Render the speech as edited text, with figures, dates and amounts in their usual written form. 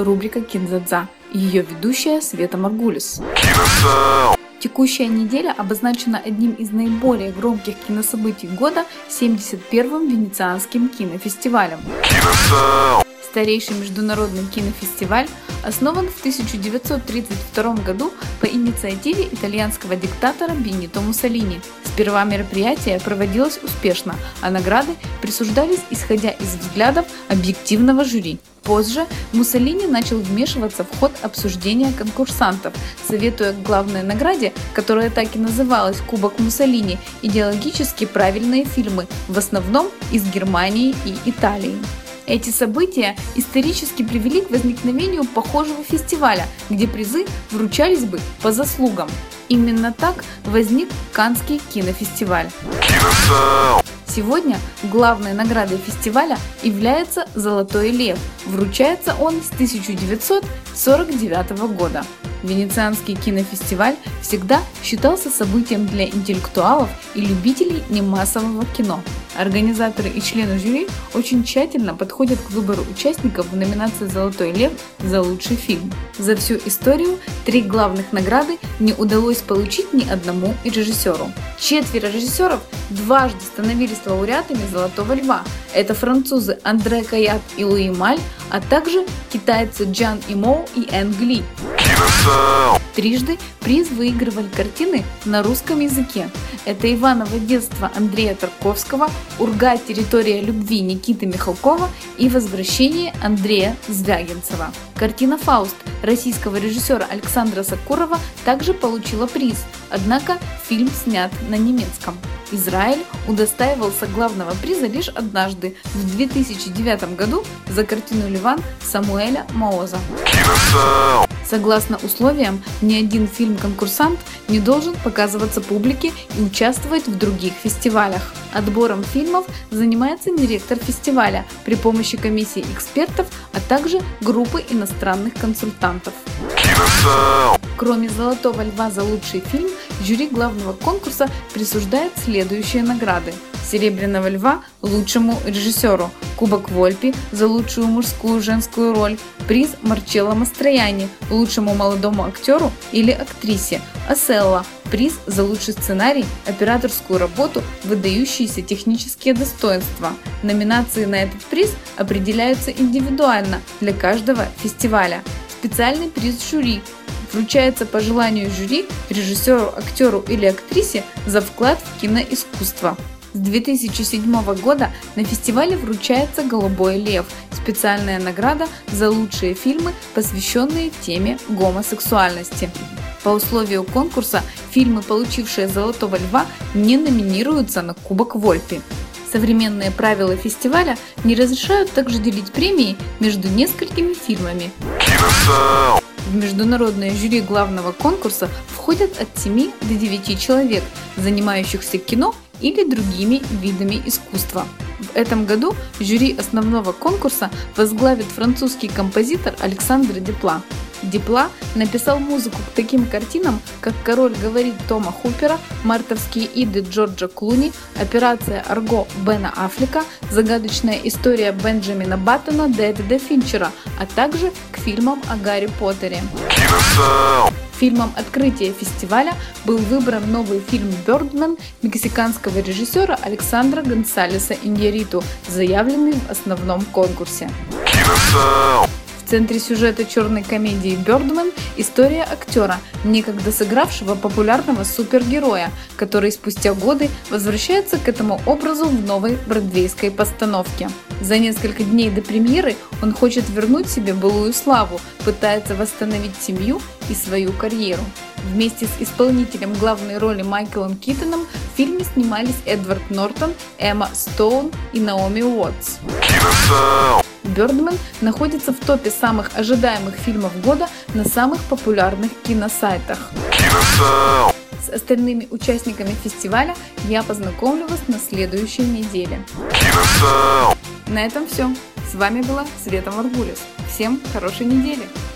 рубрика «Кинзадза» и ее ведущая Света Маргулис. Текущая неделя обозначена одним из наиболее громких кинособытий года – 71-м Венецианским кинофестивалем. Старейший международный кинофестиваль основан в 1932 году по инициативе итальянского диктатора Бенито Муссолини. Сперва мероприятие проводилось успешно, а награды присуждались исходя из взглядов объективного жюри. Позже Муссолини начал вмешиваться в ход обсуждения конкурсантов, советуя к главной награде, которая так и называлась «Кубок Муссолини», идеологически правильные фильмы, в основном из Германии и Италии. Эти события исторически привели к возникновению похожего фестиваля, где призы вручались бы по заслугам. Именно так возник Каннский кинофестиваль. Сегодня главной наградой фестиваля является «Золотой лев». Вручается он с 1949 года. Венецианский кинофестиваль всегда считался событием для интеллектуалов и любителей немассового кино. Организаторы и члены жюри очень тщательно подходят к выбору участников в номинации «Золотой лев» за лучший фильм. За всю историю 3 главных награды не удалось получить ни одному режиссеру. 4 режиссеров дважды становились лауреатами «Золотого льва». Это французы Андре Каят и Луи Маль, а также китайцы Джан Имоу и Энг Ли. Трижды приз выигрывали картины на русском языке. Это «Иваново детство» Андрея Тарковского, «Урга. Территория любви» Никиты Михалкова и «Возвращение» Андрея Звягинцева. Картина «Фауст» российского режиссера Александра Сакурова также получила приз, однако фильм снят на немецком. Израиль удостаивался главного приза лишь однажды, в 2009 году, за картину «Ливан» Самуэля Мооза. Согласно условиям, ни один фильм-конкурсант не должен показываться публике и участвовать в других фестивалях. Отбором фильмов занимается директор фестиваля при помощи комиссии экспертов, а также группы иностранных консультантов. Кроме «Золотого льва» за лучший фильм, жюри главного конкурса присуждает следующие награды: «Серебряного льва» лучшему режиссеру, «Кубок Вольпи» за лучшую мужскую женскую роль, приз Марчелло Мастроянни лучшему молодому актеру или актрисе, «Оселло» приз за лучший сценарий, операторскую работу, выдающиеся технические достоинства. Номинации на этот приз определяются индивидуально для каждого фестиваля. Специальный приз жюри вручается по желанию жюри режиссеру, актеру или актрисе за вклад в киноискусство. С 2007 года на фестивале вручается «Голубой лев» – специальная награда за лучшие фильмы, посвященные теме гомосексуальности. По условию конкурса фильмы, получившие «Золотого льва», не номинируются на Кубок Вольпи. Современные правила фестиваля не разрешают также делить премии между несколькими фильмами. В международное жюри главного конкурса входят от 7 до 9 человек, занимающихся кино или другими видами искусства. В этом году жюри основного конкурса возглавит французский композитор Александр Депла. Депла написал музыку к таким картинам, как «Король говорит» Тома Хупера, «Мартовские иды» Джорджа Клуни, «Операция Арго» Бена Аффлека, «Загадочная история» Бенджамина Баттона, Дэвида Финчера, а также к фильмам о Гарри Поттере. Фильмом открытия фестиваля был выбран новый фильм «Бёрдмэн» мексиканского режиссера Александра Гонсалеса Иньярриту, заявленный в основном конкурсе. В центре сюжета черной комедии «Бёрдмэн» история актера, некогда сыгравшего популярного супергероя, который спустя годы возвращается к этому образу в новой бродвейской постановке. За несколько дней до премьеры он хочет вернуть себе былую славу, пытается восстановить семью и свою карьеру. Вместе с исполнителем главной роли Майклом Китоном в фильме снимались Эдвард Нортон, Эмма Стоун и Наоми Уотс. «Бёрдмэн» находится в топе самых ожидаемых фильмов года на самых популярных киносайтах. С остальными участниками фестиваля я познакомлю вас на следующей неделе. На этом все. С вами была Света Маргулис. Всем хорошей недели!